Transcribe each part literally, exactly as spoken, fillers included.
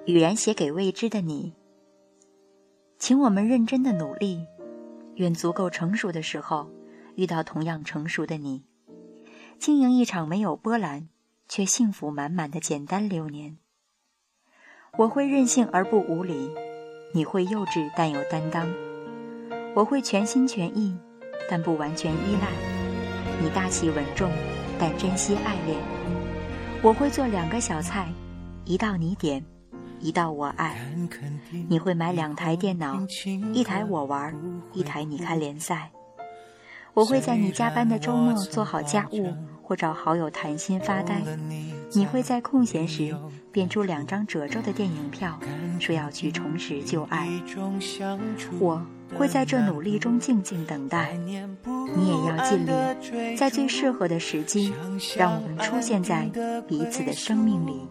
语言写给未知的你。请我们认真的努力，愿足够成熟的时候遇到同样成熟的你，经营一场没有波澜却幸福满满的简单流年。我会任性而不无理，你会幼稚但有担当。我会全心全意但不完全依赖，你大气稳重但珍惜爱恋。我会做两个小菜，一道你点，一道我爱。你会买两台电脑，一台我玩，一台你看联赛。我会在你加班的周末做好家务，或找好友谈心发呆。你会在空闲时编出两张褶皱的电影票，说要去重拾旧爱。我会在这努力中静静等待，你也要尽力，在最适合的时机，让我们出现在彼此的生命里。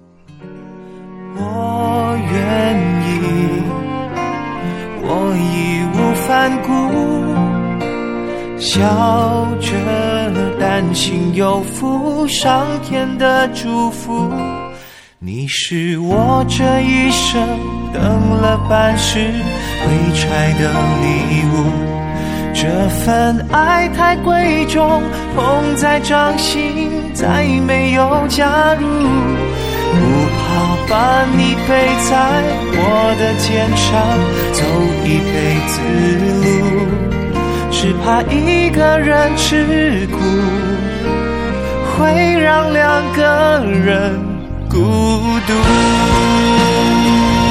我愿意，我义无反顾，笑着担心有负上天的祝福。你是我这一生等了半世未拆的礼物，这份爱太贵重，捧在掌心再没有加入，不怕把你背在我的肩上走一辈子路，只怕一个人吃苦会让两个人孤独。